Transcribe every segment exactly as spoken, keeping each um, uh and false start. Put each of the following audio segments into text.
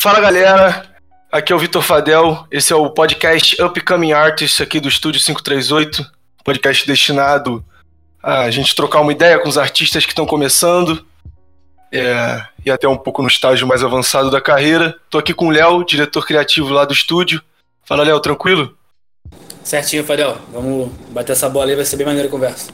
Fala galera, aqui é o Vitor Fadel, esse é o podcast Upcoming Artists aqui do Estúdio quinhentos e trinta e oito, podcast destinado a gente trocar uma ideia com os artistas que estão começando é, e até um pouco no estágio mais avançado da carreira. Tô aqui com o Léo, diretor criativo lá do estúdio. Fala Léo, tranquilo? Certinho, Fadel, vamos bater essa bola aí, vai ser bem maneira a conversa.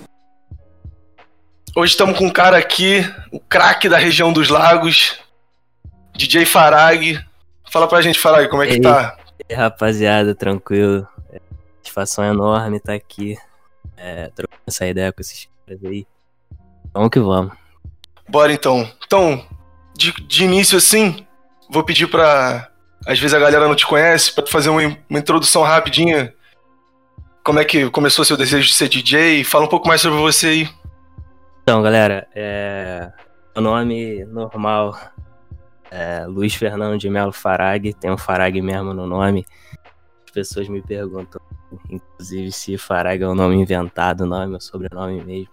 Hoje estamos com um cara aqui, o craque da região dos lagos, D J Farag. Fala pra gente, Farag, como é que Ei, tá? E aí, rapaziada, tranquilo. É, satisfação enorme estar aqui, é, trocando essa ideia com esses caras aí. Vamos que vamos. Bora então. Então, de, de início assim, vou pedir pra... Às vezes a galera não te conhece, pra tu fazer uma, uma introdução rapidinha. Como é que começou seu desejo de ser D J? Fala um pouco mais sobre você aí. Então, galera, é... meu nome normal é Luiz Fernando de Melo Farag. Tem um Farag mesmo no nome. As pessoas me perguntam, inclusive, se Farag é um nome inventado, não é meu sobrenome mesmo.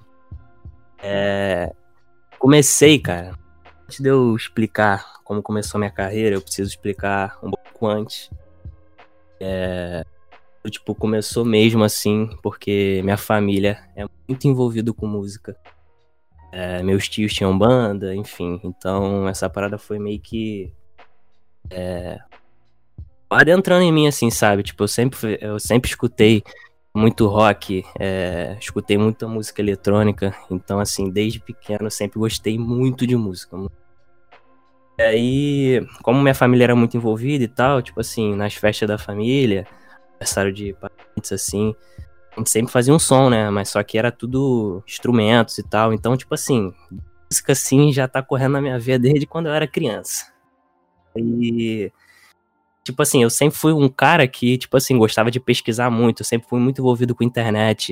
É... Comecei, cara. Antes de eu explicar como começou a minha carreira, eu preciso explicar um pouco antes. É... Tipo, começou mesmo assim, porque minha família é muito envolvida com música. É, meus tios tinham banda, enfim. Então, essa parada foi meio que... É, adentrando em mim, assim, sabe? Tipo, eu sempre, eu sempre escutei muito rock, é, escutei muita música eletrônica. Então, assim, desde pequeno, eu sempre gostei muito de música. E aí, como minha família era muito envolvida e tal, tipo assim, nas festas da família... aniversário de parentes, assim, a gente sempre fazia um som, né, mas só que era tudo instrumentos e tal, então, tipo assim, música, assim, já tá correndo na minha veia desde quando eu era criança. E, tipo assim, eu sempre fui um cara que, tipo assim, gostava de pesquisar muito, eu sempre fui muito envolvido com internet.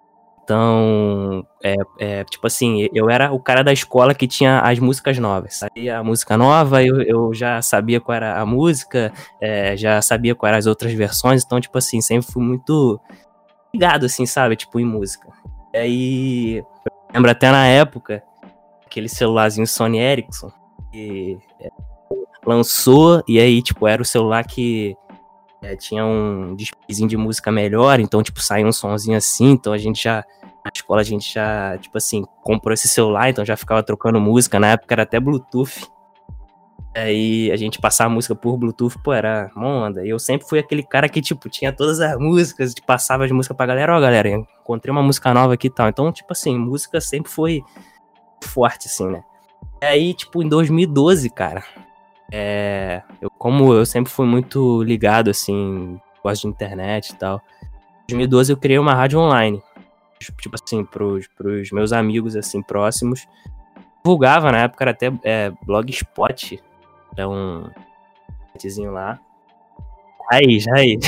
Então, é, é, tipo assim, eu era o cara da escola que tinha as músicas novas. Sabia a música nova, eu, eu já sabia qual era a música, é, já sabia quais eram as outras versões. Então, tipo assim, sempre fui muito ligado, assim, sabe? Tipo, em música. E aí, eu lembro até na época, aquele celularzinho Sony Ericsson, que é, lançou, e aí, tipo, era o celular que... É, tinha um displayzinho de música melhor, então, tipo, saía um sonzinho assim, então a gente já, na escola a gente já, tipo assim, comprou esse celular, então já ficava trocando música, na época era até Bluetooth, aí a gente passava a música por Bluetooth, pô, era mó onda, e eu sempre fui aquele cara que, tipo, tinha todas as músicas, passava as músicas pra galera, ó, galera, encontrei uma música nova aqui e tal, então, tipo assim, música sempre foi forte, assim, né, e aí, tipo, em dois mil e doze, cara, É, eu, como eu sempre fui muito ligado, assim, gosto de internet e tal, em dois mil e doze eu criei uma rádio online, tipo assim, pros, pros meus amigos, assim, próximos, divulgava, na época era até é, Blogspot, era um sitezinho lá, aí, já aí,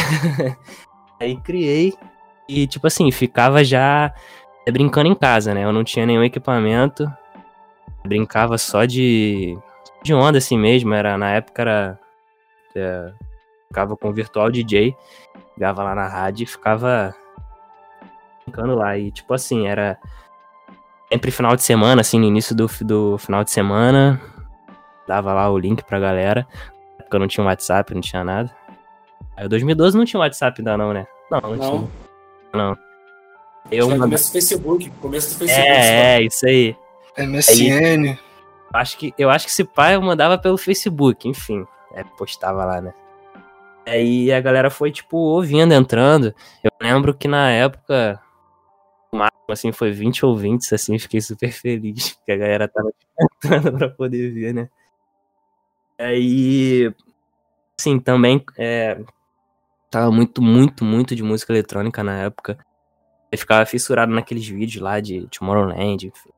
aí criei, e tipo assim, ficava já brincando em casa, né, eu não tinha nenhum equipamento, brincava só de... de onda assim mesmo, era, na época era, é, ficava com o Virtual D J, ligava lá na rádio e ficava brincando lá, e tipo assim, era sempre final de semana, assim, no início do, do final de semana, dava lá o link pra galera, na época não tinha WhatsApp, não tinha nada, aí em dois mil e doze não tinha WhatsApp ainda não, né? Não, não, Não. tinha, não. Eu, Acho que começo do Facebook, começo do Facebook. é, é, isso aí. M S N. Aí, acho que, eu acho que esse pai eu mandava pelo Facebook, enfim, é, postava lá, né? Aí a galera foi, tipo, ouvindo, entrando. Eu lembro que na época, o máximo, assim, foi vinte ouvintes, assim, fiquei super feliz, porque a galera tava entrando pra poder ver, né? Aí, assim, também, é, tava muito, muito, muito de música eletrônica na época. Eu ficava fissurado naqueles vídeos lá de Tomorrowland, enfim.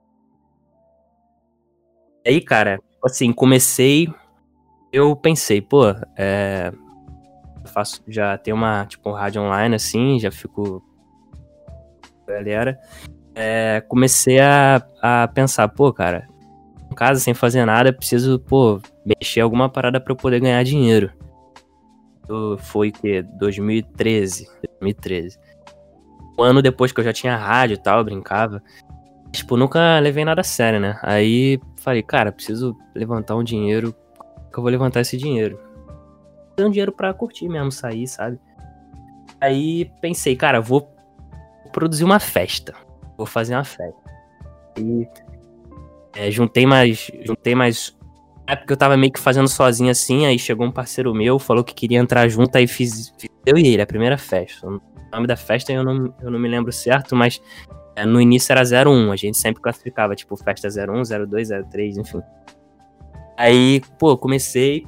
Aí, cara, assim, comecei, eu pensei, pô, é, eu faço, já tenho uma, tipo, rádio online, assim, já fico, galera, é, comecei a, a pensar, pô, cara, em casa, sem fazer nada, preciso, pô, mexer alguma parada pra eu poder ganhar dinheiro. Eu, foi, que, dois mil e treze, dois mil e treze. Um ano depois que eu já tinha rádio e tal, eu brincava, tipo, nunca levei nada a sério, né? Aí falei, cara, preciso levantar um dinheiro, como que eu vou levantar esse dinheiro? ter um dinheiro pra curtir mesmo, sair, sabe? Aí pensei, cara, vou produzir uma festa. Vou fazer uma festa. E é, juntei mais. Juntei mais. É porque eu tava meio que fazendo sozinho assim, aí chegou um parceiro meu, falou que queria entrar junto, aí fiz, fiz eu e ele, a primeira festa. O nome da festa eu não, eu não me lembro certo, mas é, no início era zero um, a gente sempre classificava, tipo, festa zero um, zero dois, zero três, enfim. Aí, pô, comecei.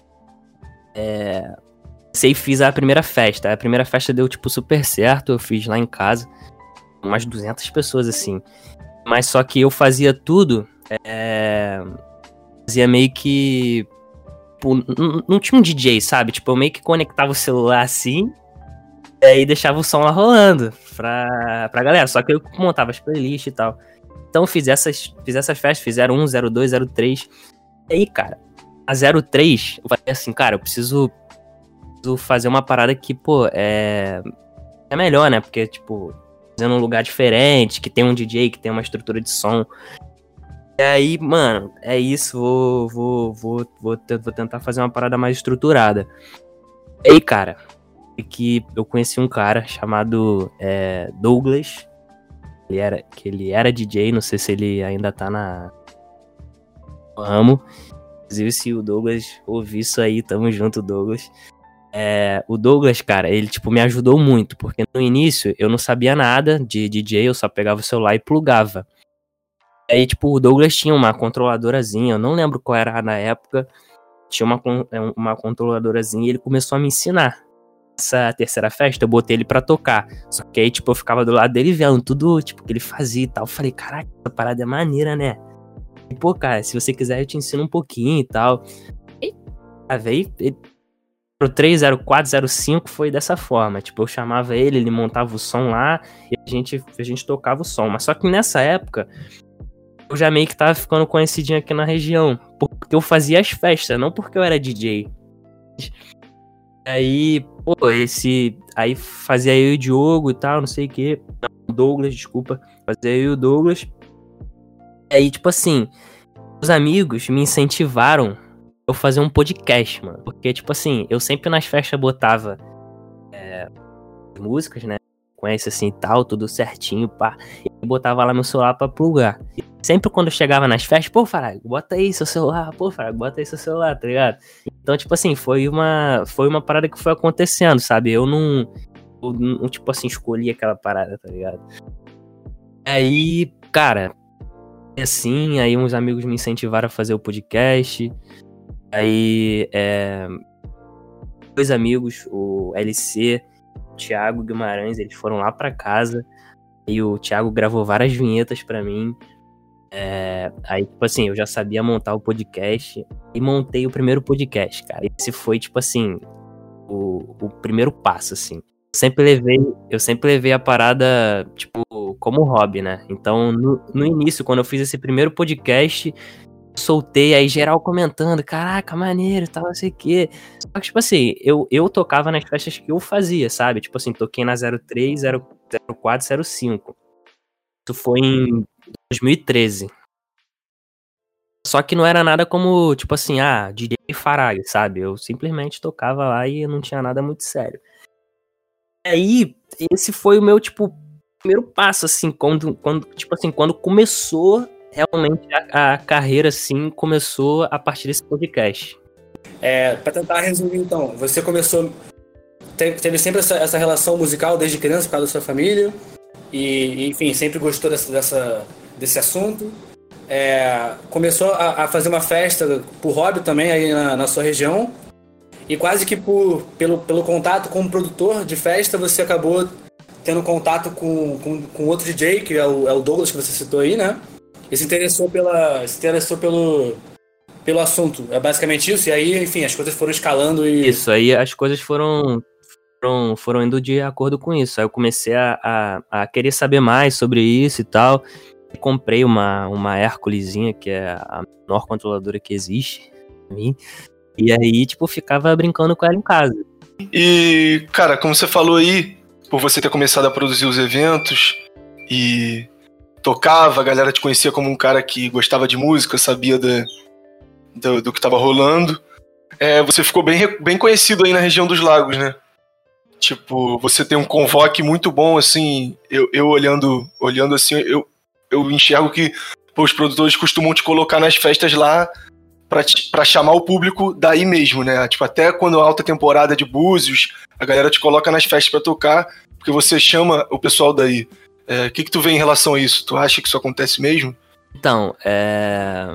É, comecei e fiz a primeira festa. A primeira festa deu, tipo, super certo, eu fiz lá em casa, umas duzentas pessoas, assim. Mas só que eu fazia tudo, é, fazia meio que... Tipo, não, não tinha um D J, sabe? Tipo, eu meio que conectava o celular assim, e aí deixava o som lá rolando pra, pra galera. Só que eu montava as playlists e tal. Então eu fiz essas, fiz essas festas, fiz zero um, zero dois, zero três. E aí, cara, a zero três, eu falei assim, cara, eu preciso, preciso fazer uma parada que, pô, é... é melhor, né? Porque, tipo, fazendo um lugar diferente, que tem um D J, que tem uma estrutura de som. E aí, mano, é isso, vou, vou, vou, vou, vou tentar fazer uma parada mais estruturada. E aí, cara, que eu conheci um cara chamado é, Douglas, ele era, que ele era D J, não sei se ele ainda tá na no ramo. Inclusive, se o Douglas ouvir isso aí, tamo junto, Douglas. É, o Douglas, cara, ele, tipo, me ajudou muito, porque no início eu não sabia nada de D J, eu só pegava o celular e plugava. Aí, tipo, o Douglas tinha uma controladorazinha, eu não lembro qual era na época, tinha uma, uma controladorazinha e ele começou a me ensinar. Essa terceira festa, eu botei ele pra tocar, só que aí, tipo, eu ficava do lado dele vendo tudo, tipo, que ele fazia e tal. Eu falei, caraca, essa parada é maneira, né? E, pô, cara, se você quiser eu te ensino um pouquinho e tal. E, a veio, pro três zero quatro zero cinco foi dessa forma, tipo, eu chamava ele, ele montava o som lá e a gente, a gente tocava o som. Mas só que nessa época eu já meio que tava ficando conhecidinho aqui na região, porque eu fazia as festas, não porque eu era D J. Aí, pô, esse... Aí fazia eu e o Diogo e tal, não sei o que. Douglas, desculpa. Fazia eu e o Douglas. Aí, tipo assim, os amigos me incentivaram eu fazer um podcast, mano. Porque, tipo assim, eu sempre nas festas botava é, músicas, né? Conhece assim e tal, tudo certinho, pá. E botava lá meu celular pra plugar. E sempre quando eu chegava nas festas, pô, Farago, bota aí seu celular, pô, Farago, bota aí seu celular, tá ligado? Então, tipo assim, foi uma, foi uma parada que foi acontecendo, sabe? Eu não, eu não, tipo assim, escolhi aquela parada, tá ligado? Aí, cara, assim, aí uns amigos me incentivaram a fazer o podcast. Aí, é, dois amigos, o L C, o Thiago Guimarães, eles foram lá pra casa. E o Thiago gravou várias vinhetas pra mim. É, aí, tipo assim, eu já sabia montar o podcast. E montei o primeiro podcast, cara. Esse foi, tipo assim, o, o primeiro passo, assim. Eu sempre levei, eu sempre levei a parada, tipo, como hobby, né? Então, no, no início, quando eu fiz esse primeiro podcast, soltei, aí geral comentando, caraca, maneiro, tal, não sei o quê. Só que, tipo assim, eu, eu tocava nas festas que eu fazia, sabe? Tipo assim, toquei na zero três, zero quatro, zero cinco. Isso foi em dois mil e treze. Só que não era nada como, tipo assim, ah, D J Farago, sabe? Eu simplesmente tocava lá e não tinha nada muito sério. E aí, esse foi o meu, tipo, primeiro passo, assim, quando, quando tipo assim, quando começou realmente a, a carreira, assim, começou a partir desse podcast. É, pra tentar resumir, então, você começou, teve, teve sempre essa, essa relação musical desde criança por causa da sua família, e, enfim, sempre gostou dessa, dessa, desse assunto. É, começou a, a fazer uma festa por hobby também aí na, na sua região, e quase que por, pelo, pelo contato com o produtor de festa, você acabou tendo contato com, com, com outro D J, que é o, é o Douglas, que você citou aí, né? E se interessou, pela, se interessou pelo, pelo assunto. É basicamente isso, e aí, enfim, as coisas foram escalando e... Isso, aí as coisas foram, foram, foram indo de acordo com isso. Aí eu comecei a, a, a querer saber mais sobre isso e tal. Comprei uma, uma Herculesinha, que é a menor controladora que existe pra mim. E aí, tipo, ficava brincando com ela em casa. E, cara, como você falou aí, por você ter começado a produzir os eventos e tocava, a galera te conhecia como um cara que gostava de música, sabia da, do, do que tava rolando. é, você ficou bem, bem conhecido aí na região dos lagos, né? Tipo, você tem um convoque muito bom, assim, eu, eu olhando, olhando assim, eu, eu enxergo que pô, os produtores costumam te colocar nas festas lá pra, te, pra chamar o público daí mesmo, né? Tipo, até quando é alta temporada de Búzios, a galera te coloca nas festas pra tocar, porque você chama o pessoal daí. O é, que que tu vê em relação a isso? Tu acha que isso acontece mesmo? Então, é...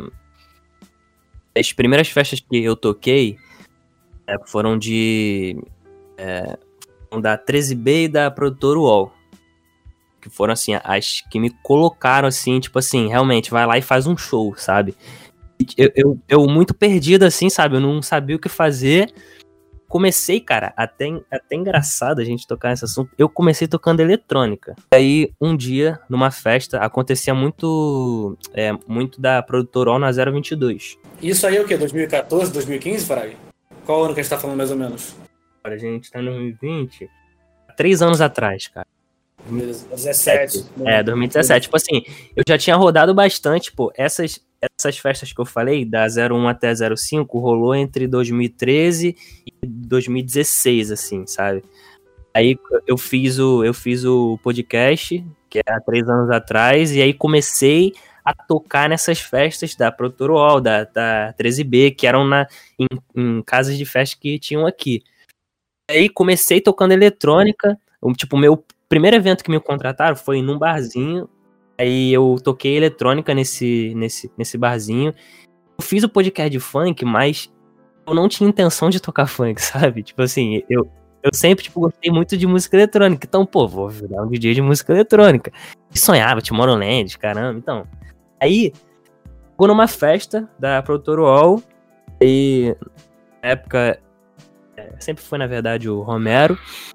as primeiras festas que eu toquei é, foram de... É... da treze B e da produtora U O L, que foram, assim, as que me colocaram, assim, tipo assim, realmente, vai lá e faz um show, sabe? Eu, eu, eu muito perdido, assim, sabe? Eu não sabia o que fazer. Comecei, cara, até, até engraçado a gente tocar nesse assunto, eu comecei tocando eletrônica. Aí, um dia, numa festa, acontecia muito, é, muito da produtora U O L na zero vinte e dois. Isso aí é o quê? dois mil e quatorze, dois mil e quinze, Farag? Qual ano que a gente tá falando, mais ou menos? A gente tá em dois mil e vinte, três anos atrás, cara. dezessete. É, dois mil e dezessete. Tipo assim, eu já tinha rodado bastante, pô. Essas, essas festas que eu falei, da zero um até zero cinco, rolou entre dois mil e treze e dois mil e dezesseis, assim, sabe? Aí eu fiz o, eu fiz o podcast, que é há três anos atrás, e aí comecei a tocar nessas festas da produtora U O L, da, da treze B, que eram na, em, em casas de festa que tinham aqui. Aí comecei tocando eletrônica, tipo, o meu primeiro evento que me contrataram foi num barzinho, aí eu toquei eletrônica nesse, nesse, nesse barzinho. Eu fiz o podcast de funk, mas eu não tinha intenção de tocar funk, sabe? Tipo assim, eu, eu sempre, tipo, gostei muito de música eletrônica, então, pô, vou virar um D J de música eletrônica. E sonhava, Tomorrowland, caramba, então. Aí, ficou numa festa da produtora U O L, e na época... sempre foi, na verdade, o Romero.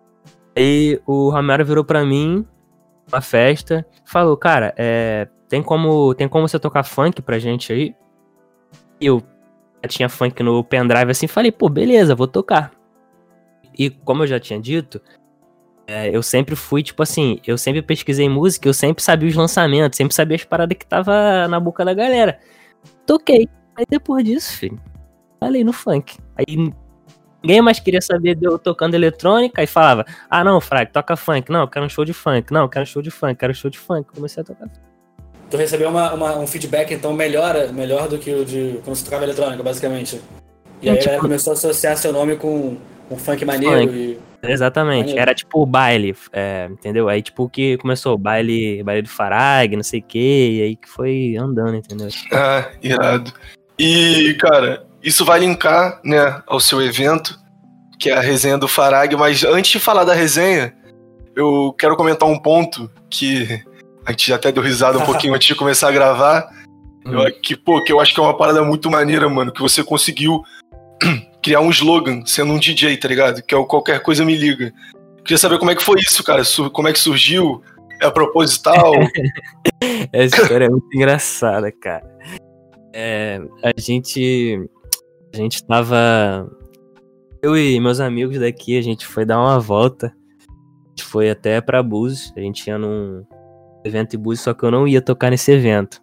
E o Romero virou pra mim, uma festa, falou, cara, é, tem, como, tem como você tocar funk pra gente aí? E eu já tinha funk no pendrive assim, falei, pô, beleza, vou tocar. E como eu já tinha dito, é, eu sempre fui, tipo assim, eu sempre pesquisei música, eu sempre sabia os lançamentos, sempre sabia as paradas que tava na boca da galera. Toquei. Aí depois disso, filho, falei no funk. Aí... ninguém mais queria saber de eu tocando eletrônica e falava, ah não, Frag, toca funk. Não, eu quero um show de funk. Não, eu quero um show de funk, quero um show de funk. Comecei a tocar. Tu recebeu uma, uma, um feedback, então, melhor, melhor do que o de quando você tocava eletrônica, basicamente. E aí tipo, a galera começou a associar seu nome com um funk maneiro. Funk. E... exatamente, maneiro. Era tipo o baile, é, entendeu? Aí tipo que começou o baile, baile do Farag, não sei o que, e aí que foi andando, entendeu? Ah, irado. E, cara... isso vai linkar, né, ao seu evento, que é a resenha do Farag, mas antes de falar da resenha, eu quero comentar um ponto que a gente até deu risada um pouquinho antes de começar a gravar, hum. eu, que, pô, que eu acho que é uma parada muito maneira, mano, que você conseguiu criar um slogan sendo um D J, tá ligado? Que é o Qualquer Coisa Me Liga. Queria saber como é que foi isso, cara, como é que surgiu, é proposital? Essa história é muito engraçada, cara. É, a gente... A gente tava... eu e meus amigos daqui, a gente foi dar uma volta. A gente foi até pra Búzios. A gente ia num evento em Búzios, só que eu não ia tocar nesse evento.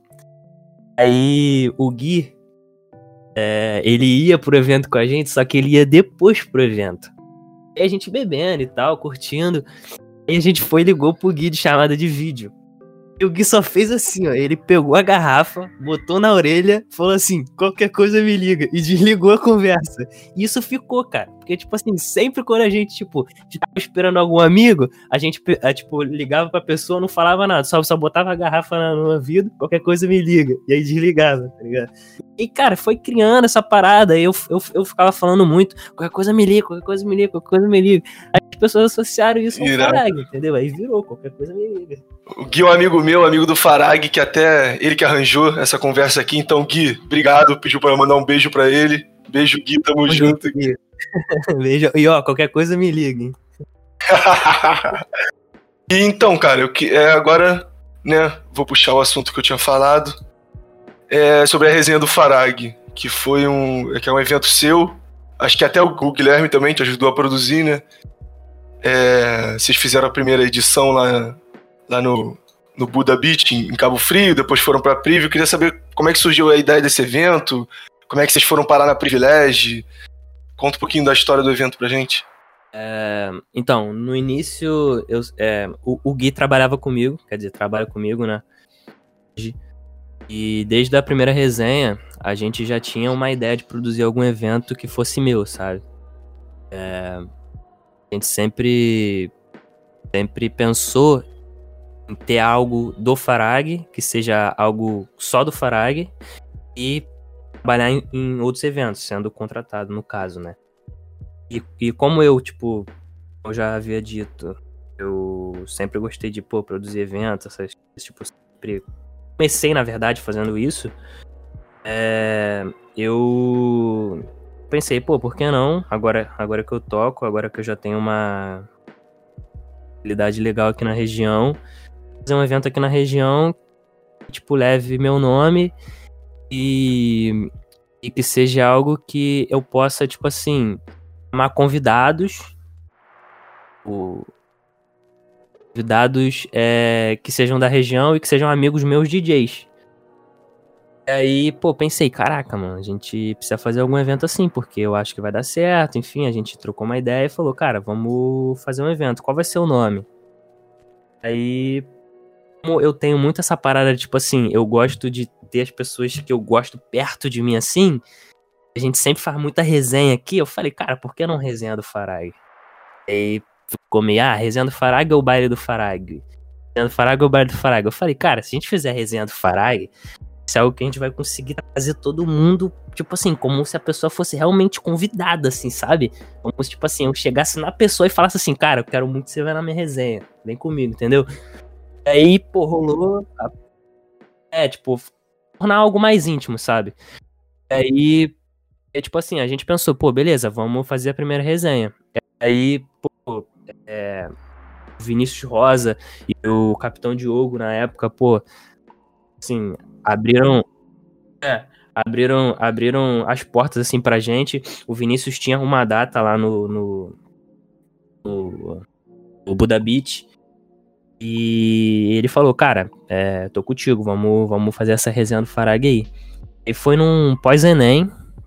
Aí o Gui, é, ele ia pro evento com a gente, só que ele ia depois pro evento. Aí a gente bebendo e tal, curtindo. Aí a gente foi e ligou pro Gui de chamada de vídeo. E o Gui só fez assim, ó, ele pegou a garrafa, botou na orelha, falou assim, qualquer coisa me liga, e desligou a conversa. E isso ficou, cara, porque, tipo assim, sempre quando a gente, tipo, tava esperando algum amigo, a gente, tipo, ligava pra pessoa, não falava nada, só, só botava a garrafa no ouvido, qualquer coisa me liga, e aí desligava, tá ligado? E, cara, foi criando essa parada, eu, eu, eu ficava falando muito, qualquer coisa me liga, qualquer coisa me liga, qualquer coisa me liga. Aí as pessoas associaram isso com o Farag, entendeu? Aí virou, qualquer coisa me liga. O Gui é um amigo meu, amigo do Farag, que até ele que arranjou essa conversa aqui. Então, Gui, obrigado. Pediu pra eu mandar um beijo pra ele. Beijo, Gui, tamo Bom junto. Gui. Beijo. E ó, qualquer coisa me liga, hein? E então, cara, eu que, é, agora, né, vou puxar o assunto que eu tinha falado. É sobre a resenha do Farag, que foi um, que é um evento seu. Acho que até o, o Guilherme também te ajudou a produzir, né? É, vocês fizeram a primeira edição lá... lá no, no Buda Beach, em Cabo Frio, depois foram pra Privy. Eu queria saber como é que surgiu a ideia desse evento, como é que vocês foram parar na Privilege, Conta um pouquinho da história do evento pra gente. É, então, no início, eu, é, o, o Gui trabalhava comigo, quer dizer, trabalha comigo, né? E desde a primeira resenha, a gente já tinha uma ideia de produzir algum evento que fosse meu, sabe? É, a gente sempre, sempre pensou em ter algo do Farag, que seja algo só do Farag, e trabalhar em, em outros eventos, sendo contratado, no caso, né? E, e como eu, tipo, eu já havia dito, eu sempre gostei de, pô, produzir eventos, essas, tipo, sempre comecei, na verdade, fazendo isso. É, eu pensei, pô, por que não? Agora, agora que eu toco, agora que eu já tenho uma habilidade legal aqui na região, fazer um evento aqui na região que, tipo, leve meu nome e, e que seja algo que eu possa, tipo assim, chamar convidados, o, convidados é, que sejam da região e que sejam amigos meus D Js. E aí, pô, pensei, caraca, mano, a gente precisa fazer algum evento assim, porque eu acho que vai dar certo. Enfim, a gente trocou uma ideia e falou, cara, vamos fazer um evento, qual vai ser o nome? Aí, como eu tenho muito essa parada, tipo assim, eu gosto de ter as pessoas que eu gosto perto de mim assim, a gente sempre faz muita resenha aqui, eu falei, cara, por que não resenha do Farag? Aí ficou meio, ah, resenha do Farag ou o baile do Farag? Resenha do Farag ou o baile do Farag? Eu falei, cara, se a gente fizer resenha do Farag, isso é algo que a gente vai conseguir trazer todo mundo, tipo assim, como se a pessoa fosse realmente convidada, assim, sabe? Como se, tipo assim, eu chegasse na pessoa e falasse assim, cara, eu quero muito que você vá na minha resenha, vem comigo, entendeu? Aí, pô, rolou, é, tipo, tornar algo mais íntimo, sabe? Aí, é, tipo assim, a gente pensou, pô, beleza, vamos fazer a primeira resenha. Aí, pô, é, o Vinícius Rosa e o Capitão Diogo, na época, pô, assim, abriram, é, abriram, abriram as portas, assim, pra gente. O Vinícius tinha uma data lá no, no, no, no Buda Beach, e ele falou, cara, é, tô contigo, vamos, vamos fazer essa resenha do Farag aí. E foi num pós-Enem,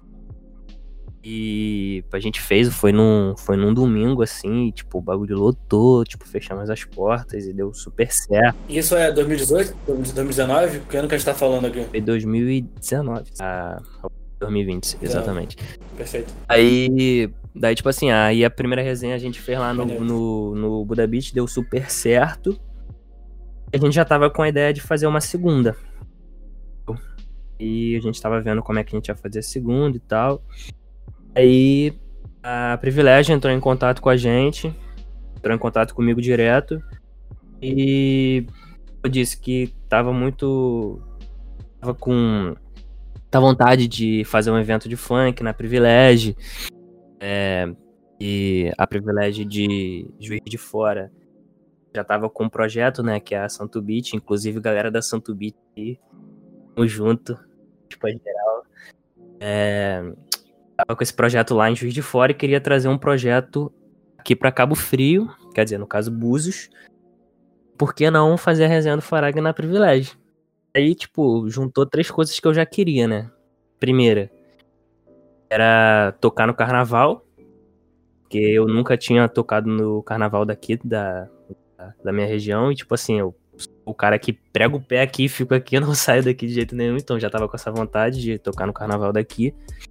e a gente fez, foi num, foi num domingo, assim, e, tipo, o bagulho lotou, tipo, fechamos as portas e deu super certo. Isso é dois mil e dezoito? dois mil e dezenove? Que ano que a gente tá falando aqui? Foi dois mil e dezenove, a dois mil e vinte, exatamente. Perfeito. Aí, daí, tipo assim, aí a primeira resenha a gente fez lá no, no, no Buda Beach, deu super certo. A gente já tava com a ideia de fazer uma segunda. E a gente tava vendo como é que a gente ia fazer a segunda e tal. Aí a Privilégio entrou em contato com a gente, entrou em contato comigo direto. E eu disse que tava muito... Tava com... Tava vontade de fazer um evento de funk na Privilégio. É, e a Privilégio de Juiz de Fora já tava com um projeto, né, que é a Santo Beat, inclusive galera da Santo Beat aí, tamo junto, tipo, em geral. É, tava com esse projeto lá em Juiz de Fora e queria trazer um projeto aqui pra Cabo Frio, quer dizer, no caso Búzios, por que não fazer a resenha do Farag na Privilégio? Aí, tipo, juntou três coisas que eu já queria, né? Primeira, era tocar no carnaval, porque eu nunca tinha tocado no carnaval daqui, da, da minha região, e tipo assim, eu o cara que prega o pé aqui, fico aqui, eu não saio daqui de jeito nenhum, então já tava com essa vontade de tocar no carnaval daqui.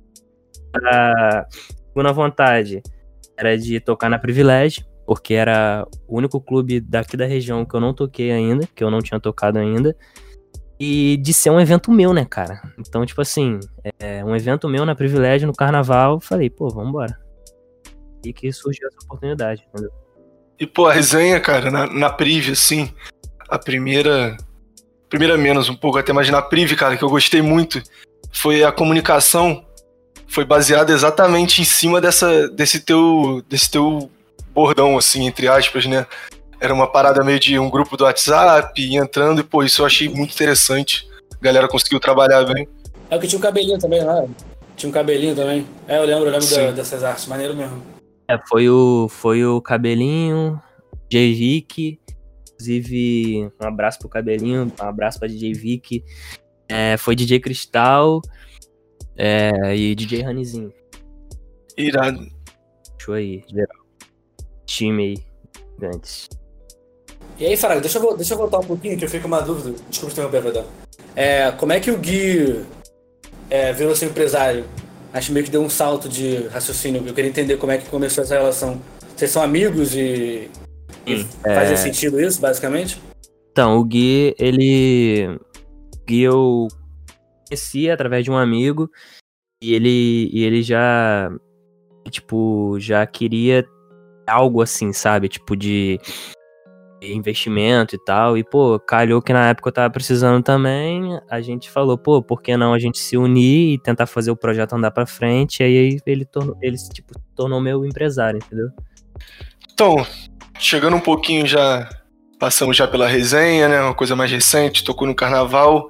A segunda vontade era de tocar na Privilégio, porque era o único clube daqui da região que eu não toquei ainda, que eu não tinha tocado ainda, e de ser um evento meu, né, cara? Então, tipo assim, é um evento meu na Privilégio, no carnaval, falei, pô, vambora. E que surgiu essa oportunidade, entendeu? E, pô, a resenha, cara, na, na Priv, assim, a primeira... Primeira menos um pouco, até mais na Priv, cara, que eu gostei muito, foi a comunicação, foi baseada exatamente em cima dessa, desse, teu, desse teu bordão, assim, entre aspas, né? Era uma parada meio de um grupo do WhatsApp, entrando, e, pô, isso eu achei muito interessante. A galera conseguiu trabalhar bem. É o que tinha um cabelinho também lá. Tinha um cabelinho também. É, eu lembro, eu lembro da, dessas artes, maneiro mesmo. É, foi o, foi o Cabelinho, D J Vic, inclusive um abraço pro Cabelinho, um abraço pra D J Vic, é, foi D J Cristal é, e D J Ranizinho. Irado. Show aí, geral. Time aí, gigantes. E aí, Farag, deixa eu, deixa eu voltar um pouquinho, que eu fico com uma dúvida. Desculpa te interromper, Vedão. É, como é que o Gui é, virou seu empresário? Acho meio que deu um salto de raciocínio. Eu queria entender como é que começou essa relação. Vocês são amigos e, e Sim, fazia é... sentido isso, basicamente? Então, o Gui, ele... O Gui eu conheci através de um amigo e ele, e ele já, tipo, já queria algo assim, sabe? Tipo, de investimento e tal. E, pô, calhou que na época eu tava precisando também. A gente falou, pô, por que não a gente se unir e tentar fazer o projeto andar pra frente? E aí ele, tornou, ele tipo, se tornou meu empresário, entendeu? Então, chegando um pouquinho já, passamos já pela resenha, né? Uma coisa mais recente, tocou no carnaval.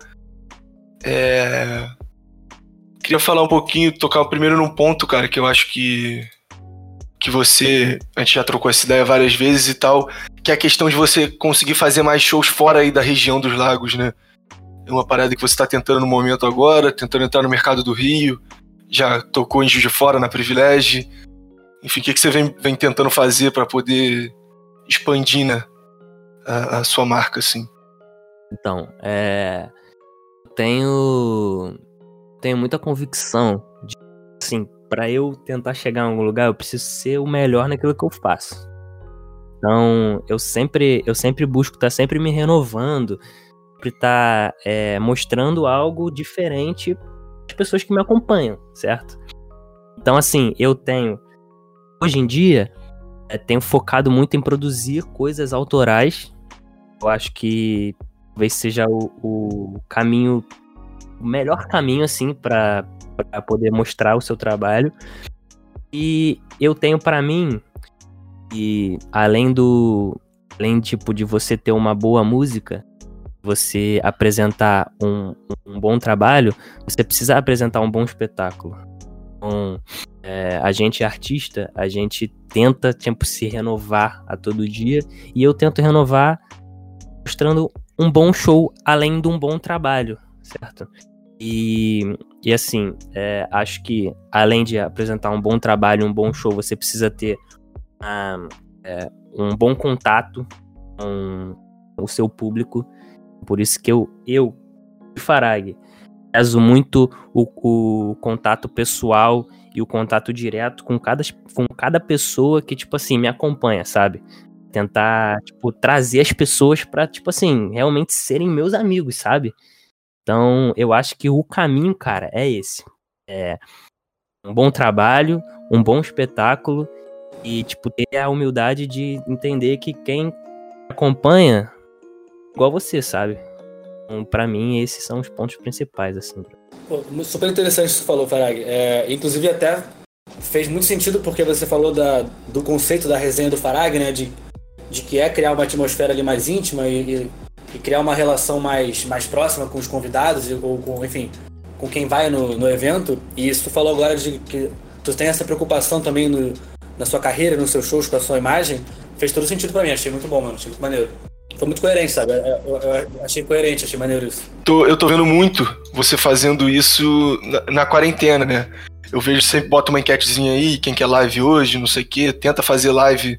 É... Queria falar um pouquinho, tocar primeiro num ponto, cara, que eu acho que que você, a gente já trocou essa ideia várias vezes e tal, que é a questão de você conseguir fazer mais shows fora aí da região dos lagos, né? É uma parada que você tá tentando no momento agora, tentando entrar no mercado do Rio, já tocou em Juiz de Fora, na Privilégio. Enfim, o que, que você vem, vem tentando fazer para poder expandir, né, a, a sua marca, assim? Então, é... Eu tenho... tenho muita convicção de, assim, pra eu tentar chegar em algum lugar, eu preciso ser o melhor naquilo que eu faço. Então, eu sempre, eu sempre busco estar tá sempre me renovando, sempre estar tá, é, mostrando algo diferente às pessoas que me acompanham, certo? Então, assim, eu tenho, hoje em dia, é, tenho focado muito em produzir coisas autorais. Eu acho que talvez seja o, o caminho, o melhor caminho, assim, pra para poder mostrar o seu trabalho. E eu tenho para mim, e além do além tipo de você ter uma boa música, você apresentar um, um bom trabalho, você precisa apresentar um bom espetáculo. Então, é, a gente é artista, a gente tenta tipo, se renovar a todo dia, e eu tento renovar mostrando um bom show além de um bom trabalho, certo? E, e assim, é, acho que além de apresentar um bom trabalho, um bom show, você precisa ter um, é, um bom contato com o seu público. Por isso que eu, eu Farag, prezo muito o, o contato pessoal e o contato direto com cada, com cada pessoa que, tipo assim, me acompanha, sabe? Tentar, tipo, trazer as pessoas pra, tipo assim, realmente serem meus amigos, sabe? Então, eu acho que o caminho, cara, é esse. É um bom trabalho, um bom espetáculo e, tipo, ter a humildade de entender que quem acompanha é igual você, sabe? Então, pra mim, esses são os pontos principais, assim. Pô, super interessante o que você falou, Farag. É, inclusive, até fez muito sentido porque você falou da, do conceito da resenha do Farag, né? De, de que é criar uma atmosfera ali mais íntima e... e... e criar uma relação mais, mais próxima com os convidados ou com, enfim, com quem vai no, no evento. E isso tu falou agora de que tu tem essa preocupação também no, na sua carreira, nos seus shows, com a sua imagem. Fez todo sentido pra mim, achei muito bom, mano, achei muito maneiro. Foi muito coerente, sabe? Eu, eu, eu achei coerente, achei maneiro isso. Tô, eu tô vendo muito você fazendo isso na, na quarentena, né? Eu vejo sempre, bota uma enquetezinha aí, quem quer live hoje, não sei o quê, tenta fazer live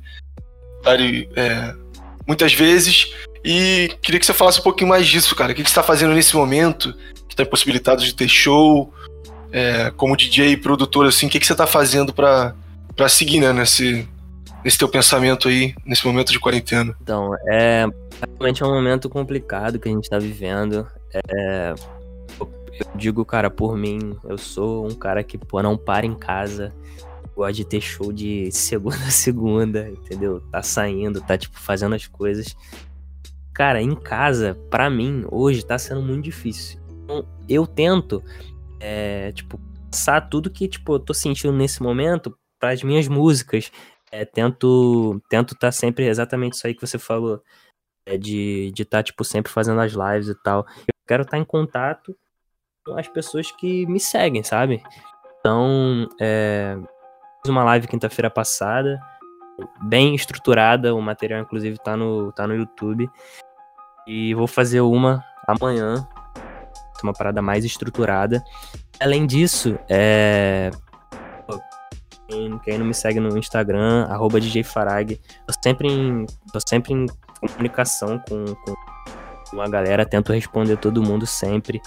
é, muitas vezes. E queria que você falasse um pouquinho mais disso, cara. O que você tá fazendo nesse momento? Que tá impossibilitado de ter show, é, como D J e produtor, assim, o que você tá fazendo pra, pra seguir, né, nesse, nesse teu pensamento aí, nesse momento de quarentena? Então, é, realmente é um momento complicado que a gente tá vivendo. É, eu, eu digo, cara, por mim, eu sou um cara que, pô, não para em casa. Gosto de ter show de segunda a segunda, entendeu? Tá saindo, tá, tipo, fazendo as coisas. Cara, em casa, pra mim, hoje tá sendo muito difícil. Então, eu tento, é, tipo, passar tudo que, tipo, eu tô sentindo nesse momento pras minhas músicas. É, tento, tento tá sempre exatamente isso aí que você falou, é, de de tá, tipo, sempre fazendo as lives e tal. Eu quero estar em contato com as pessoas que me seguem, sabe? Então, é, fiz uma live quinta-feira passada, bem estruturada, o material, inclusive, tá no, tá no YouTube. E vou fazer uma amanhã, uma parada mais estruturada. Além disso, é... Quem, quem não me segue no Instagram, arroba D J Farag. Tô sempre em, tô sempre em comunicação com, com a galera, tento responder todo mundo sempre.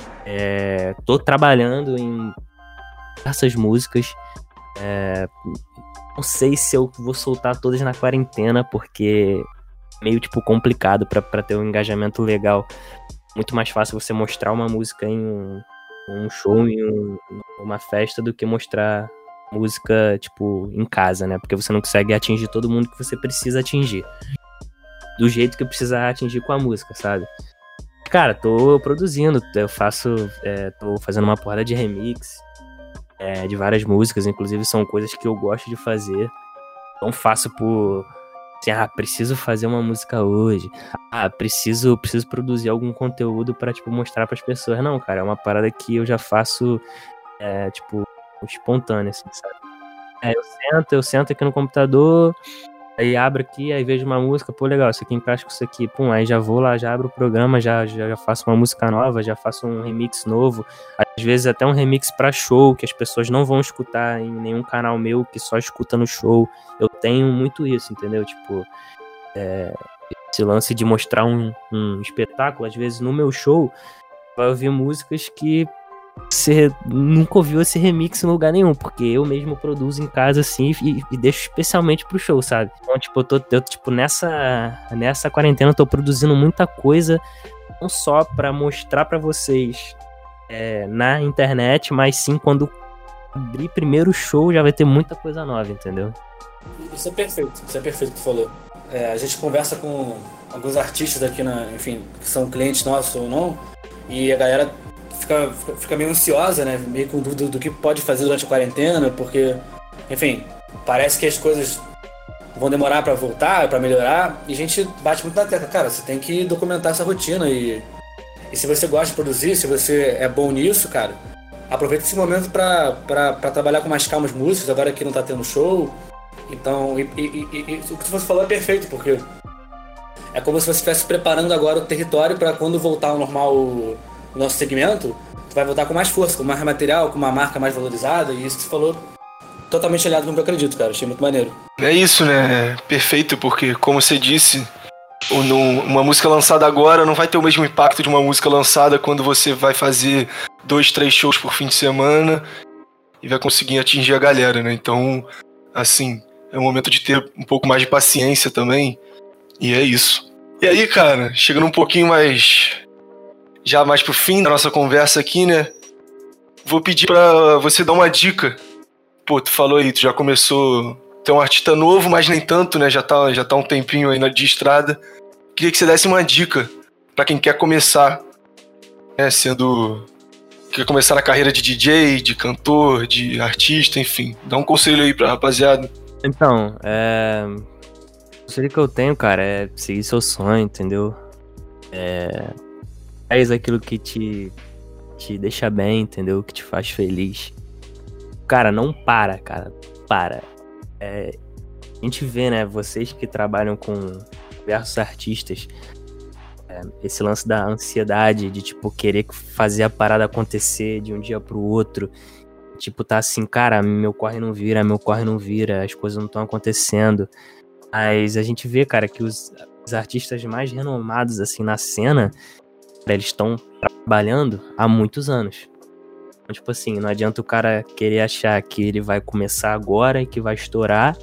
É, tô trabalhando em diversas músicas. É, não sei se eu vou soltar todas na quarentena, porque é meio tipo complicado pra, pra ter um engajamento legal. Muito mais fácil você mostrar uma música em um, um show, em um, uma festa, do que mostrar música, tipo, em casa, né? Porque você não consegue atingir todo mundo que você precisa atingir. Do jeito que precisa atingir com a música, sabe? Cara, tô produzindo, eu faço, é, tô fazendo uma porrada de remix é, de várias músicas, inclusive são coisas que eu gosto de fazer. Não faço por, assim, ah, preciso fazer uma música hoje, ah, preciso, preciso produzir algum conteúdo pra, tipo, mostrar pras pessoas. Não, cara, é uma parada que eu já faço, é, tipo, espontâneo, assim, sabe? É, eu sento, eu sento aqui no computador, aí abro aqui, aí vejo uma música, pô, legal, isso aqui encaixa com isso aqui, pum, aí já vou lá, já abro o programa, já, já, já faço uma música nova, já faço um remix novo, às vezes até um remix pra show, que as pessoas não vão escutar em nenhum canal meu, que só escuta no show. Eu tenho muito isso, entendeu? Tipo, é, esse lance de mostrar um, um espetáculo, às vezes no meu show, vai ouvir músicas que você nunca ouviu esse remix em lugar nenhum, porque eu mesmo produzo em casa, assim, e, e deixo especialmente pro show, sabe? Então, tipo, eu tô, eu, tipo, nessa, nessa quarentena eu tô produzindo muita coisa, não só pra mostrar pra vocês é, na internet, mas sim quando abrir primeiro o show já vai ter muita coisa nova, entendeu? Isso é perfeito, isso é perfeito que tu falou. É, a gente conversa com alguns artistas aqui, na, enfim, que são clientes nossos ou não, e a galera Fica, fica meio ansiosa, né? Meio com dúvida do que pode fazer durante a quarentena, porque, enfim, parece que as coisas vão demorar pra voltar, pra melhorar, e a gente bate muito na tecla. Cara, você tem que documentar essa rotina e, e se você gosta de produzir, se você é bom nisso, cara, aproveita esse momento pra, pra, pra trabalhar com mais calma as músicas, agora que não tá tendo show. Então, e, e, e, e o que você falou é perfeito, porque é como se você estivesse preparando agora o território pra quando voltar ao normal o nosso segmento, tu vai voltar com mais força, com mais material, com uma marca mais valorizada, e isso que você falou totalmente aliado com o que eu acredito, cara. Achei muito maneiro. É isso, né? Perfeito, porque, como você disse, uma música lançada agora não vai ter o mesmo impacto de uma música lançada quando você vai fazer dois, três shows por fim de semana e vai conseguir atingir a galera, né? Então, assim, é o momento de ter um pouco mais de paciência também, e é isso. E aí, cara, chegando um pouquinho mais... já mais pro fim da nossa conversa aqui, né? Vou pedir pra você dar uma dica. Pô, tu falou aí, tu já começou... Tu é um artista novo, mas nem tanto, né? Já tá, já tá um tempinho aí na de estrada. Queria que você desse uma dica pra quem quer começar, né? Sendo... quer começar na carreira de D J, de cantor, de artista, enfim. Dá um conselho aí pra rapaziada. Então, é... o conselho que eu tenho, cara, é seguir seu sonho, entendeu? É... faz aquilo que te, te deixa bem, entendeu? Que te faz feliz. Cara, não para, cara. Para. É, a gente vê, né? Vocês que trabalham com diversos artistas, é, esse lance da ansiedade de, tipo, querer fazer a parada acontecer de um dia pro outro. Tipo, tá assim, cara, meu corre não vira, meu corre não vira, as coisas não estão acontecendo. Mas a gente vê, cara, que os, os artistas mais renomados, assim, na cena... eles estão trabalhando há muitos anos. Então, tipo assim, não adianta o cara querer achar que ele vai começar agora e que vai estourar,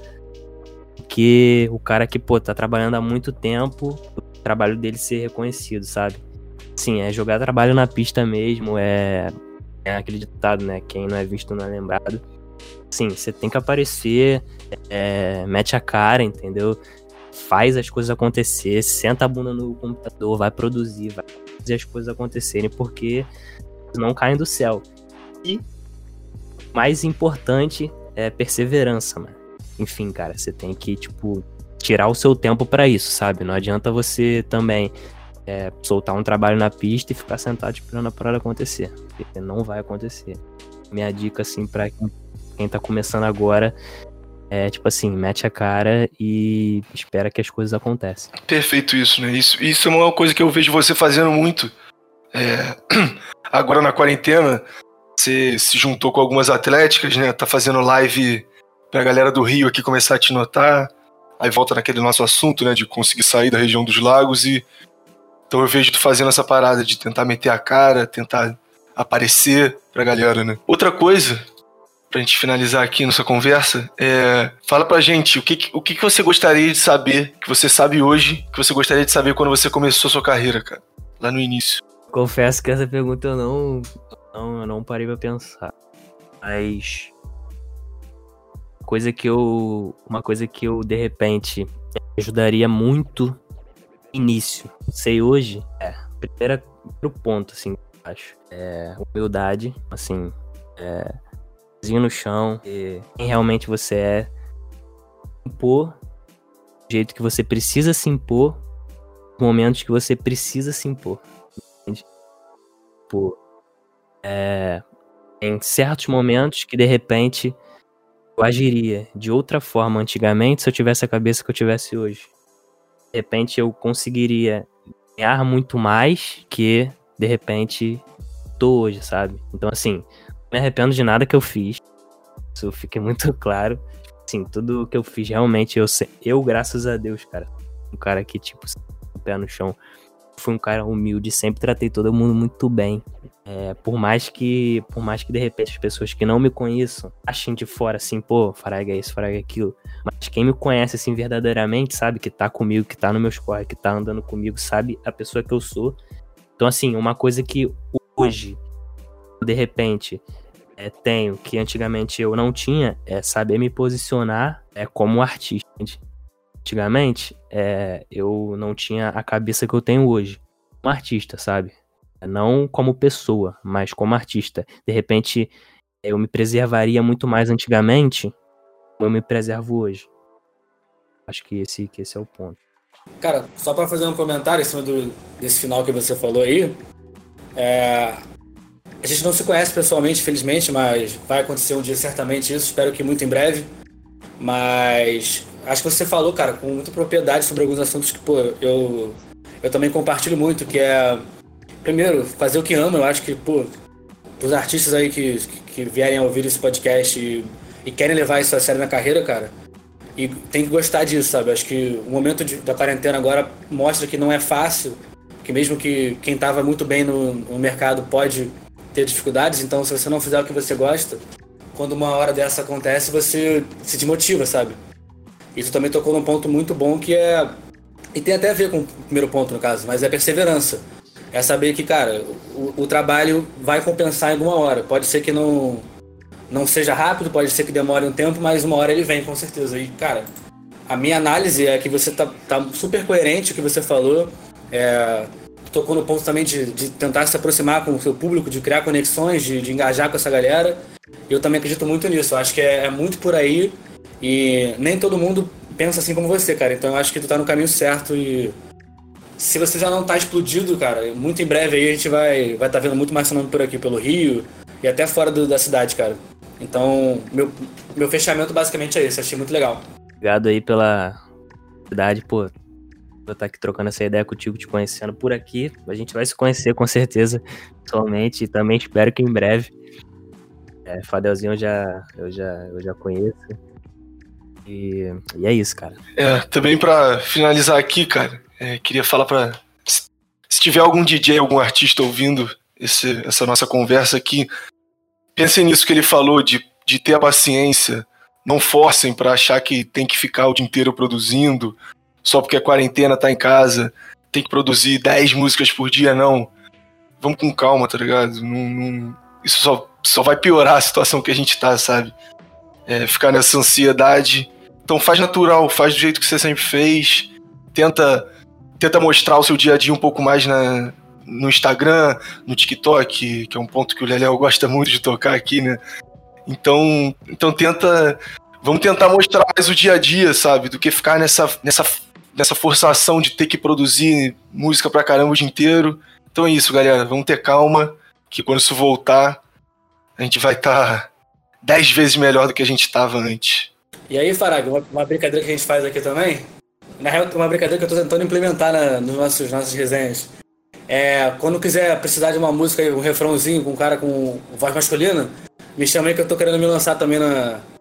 que o cara que, pô, tá trabalhando há muito tempo, o trabalho dele ser reconhecido, sabe? Sim, é jogar trabalho na pista mesmo, é, é aquele ditado, né? Quem não é visto não é lembrado. Sim, você tem que aparecer, é, mete a cara, entendeu? Faz as coisas acontecer, senta a bunda no computador, vai produzir, vai fazer as coisas acontecerem, porque não caem do céu. E mais importante é perseverança, mano. Enfim, cara, você tem que, tipo, tirar o seu tempo pra isso, sabe? Não adianta você também é, soltar um trabalho na pista e ficar sentado esperando a parada acontecer, porque não vai acontecer. Minha dica, assim, pra quem tá começando agora é, tipo assim, mete a cara e espera que as coisas aconteçam. Perfeito isso, né? Isso, isso é uma coisa que eu vejo você fazendo muito. É, agora na quarentena, você se juntou com algumas atléticas, né? Tá fazendo live pra galera do Rio aqui começar a te notar. Aí volta naquele nosso assunto, né, de conseguir sair da região dos lagos e... Então eu vejo tu fazendo essa parada de tentar meter a cara, tentar aparecer pra galera, né? Outra coisa, pra gente finalizar aqui nossa conversa, é... Fala pra gente, o que, o que você gostaria de saber, que você sabe hoje, que você gostaria de saber quando você começou a sua carreira, cara? Lá no início. Confesso que essa pergunta eu não, não, eu não parei pra pensar. Mas... Coisa que eu... Uma coisa que eu, de repente, ajudaria muito... Início, sei hoje, é, primeiro ponto, assim, acho, é humildade, assim, é, pezinho no chão, e quem realmente você é, impor, do jeito que você precisa se impor, momentos que você precisa se impor, entende? Pô, é, em certos momentos que, de repente, eu agiria de outra forma antigamente se eu tivesse a cabeça que eu tivesse hoje. De repente eu conseguiria ganhar muito mais que, de repente, tô hoje, sabe? Então, assim, não me arrependo de nada que eu fiz. Isso fica muito claro. Assim, tudo que eu fiz, realmente, eu, eu graças a Deus, cara, um cara que, tipo, com o pé no chão, fui um cara humilde, sempre tratei todo mundo muito bem. É, por mais que, por mais que, de repente, as pessoas que não me conheçam achem de fora, assim, pô, Farag é isso, Farag é aquilo. Mas quem me conhece, assim, verdadeiramente, sabe, que tá comigo, que tá no meus corre, que tá andando comigo, sabe a pessoa que eu sou. Então, assim, uma coisa que hoje, de repente, é, tenho, que antigamente eu não tinha, é saber me posicionar é, como artista. Antigamente, é, eu não tinha a cabeça que eu tenho hoje. Como artista, sabe? Não como pessoa, mas como artista. De repente, eu me preservaria muito mais antigamente como eu me preservo hoje. Acho que esse, que esse é o ponto. Cara, só pra fazer um comentário em cima do, desse final que você falou aí, é, a gente não se conhece pessoalmente, felizmente, mas vai acontecer um dia certamente isso, espero que muito em breve. Mas acho que você falou, cara, com muita propriedade sobre alguns assuntos que, pô, eu, eu também compartilho muito, que é... Primeiro, fazer o que ama. Eu acho que, pô, os artistas aí que, que vierem a ouvir esse podcast e, e querem levar isso a sério na carreira, cara, e tem que gostar disso, sabe? Acho que o momento de, da quarentena agora mostra que não é fácil, que mesmo que quem tava muito bem no, no mercado pode ter dificuldades, então se você não fizer o que você gosta, quando uma hora dessa acontece, você se desmotiva, sabe? Isso também tocou num ponto muito bom que é... E tem até a ver com o primeiro ponto, no caso, mas é perseverança. É saber que, cara, o, o trabalho vai compensar em alguma hora. Pode ser que não, não seja rápido, pode ser que demore um tempo, mas uma hora ele vem, com certeza. E, cara, a minha análise é que você tá, tá super coerente o que você falou. É, tocou no ponto também de, de tentar se aproximar com o seu público, de criar conexões, de, de engajar com essa galera. Eu também acredito muito nisso. Eu acho que é, é muito por aí e nem todo mundo pensa assim como você, cara. Então eu acho que tu tá no caminho certo e... Se você já não tá explodido, cara, muito em breve aí a gente vai vai tá vendo muito mais seu nome por aqui, pelo Rio e até fora do, da cidade, cara. Então, meu, meu fechamento basicamente é esse, achei muito legal. Obrigado aí pela oportunidade, pô, eu estar aqui trocando essa ideia contigo, te conhecendo por aqui. A gente vai se conhecer com certeza, pessoalmente, e também espero que em breve. É, Fadelzinho eu já, eu já, eu já conheço. E, e é isso, cara. É, também pra finalizar aqui, cara, é, queria falar pra... Se tiver algum D J, algum artista ouvindo esse, essa nossa conversa aqui, pensem nisso que ele falou, de, de ter a paciência. Não forcem pra achar que tem que ficar o dia inteiro produzindo, só porque a quarentena tá em casa, tem que produzir dez músicas por dia, não. Vamos com calma, tá ligado? Não, não, isso só, só vai piorar a situação que a gente tá, sabe? É, ficar nessa ansiedade. Então faz natural, faz do jeito que você sempre fez. Tenta, tenta mostrar o seu dia a dia um pouco mais na, no Instagram, no TikTok, que é um ponto que o Leléo gosta muito de tocar aqui, né? Então, então tenta... Vamos tentar mostrar mais o dia a dia, sabe? Do que ficar nessa, nessa, nessa forçação de ter que produzir música pra caramba o dia inteiro. Então é isso, galera. Vamos ter calma, que quando isso voltar, a gente vai estar tá dez vezes melhor do que a gente estava antes. E aí, Farag, uma, uma brincadeira que a gente faz aqui também, na real, uma brincadeira que eu tô tentando implementar na, nos nossos, nossas resenhas. É, quando quiser precisar de uma música, um refrãozinho com um cara com voz masculina, me chama aí que eu tô querendo me lançar também na,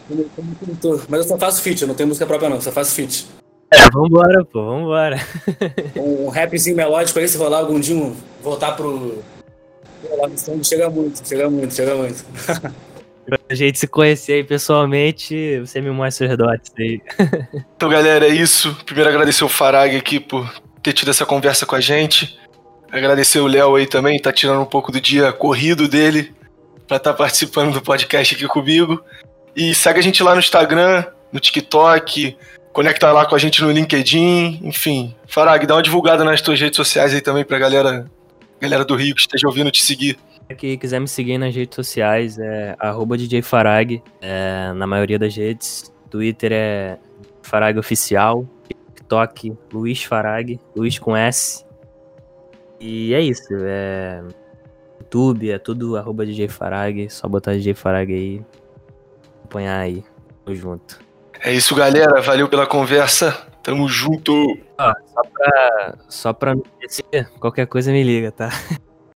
como, como cantor. Mas eu só faço feat, eu não tenho música própria não, só faço feat. É, vambora, pô, vambora. Um, um rapzinho melódico aí, se rolar algum dia, um- voltar pro... Lá no som, chega muito, chega muito, chega muito. Pra gente se conhecer aí pessoalmente, você me mostra os dots aí. Então, galera, é isso. Primeiro agradecer o Farag aqui por ter tido essa conversa com a gente. Agradecer o Léo aí também, tá tirando um pouco do dia corrido dele pra estar participando do podcast aqui comigo. E segue a gente lá no Instagram, no TikTok, conecta lá com a gente no LinkedIn, enfim. Farag, dá uma divulgada nas tuas redes sociais aí também pra galera, galera do Rio que esteja ouvindo te seguir. Quem quiser me seguir nas redes sociais é arroba D J Farag, é, na maioria das redes. Twitter é Farag Oficial, TikTok Luiz Farag, Luiz com S. E é isso, é YouTube, é tudo arroba D J Farag, só botar D J Farag aí, acompanhar aí, tamo junto. É isso, galera, valeu pela conversa, tamo junto! Ó, só pra, só pra não esquecer, qualquer coisa me liga, tá?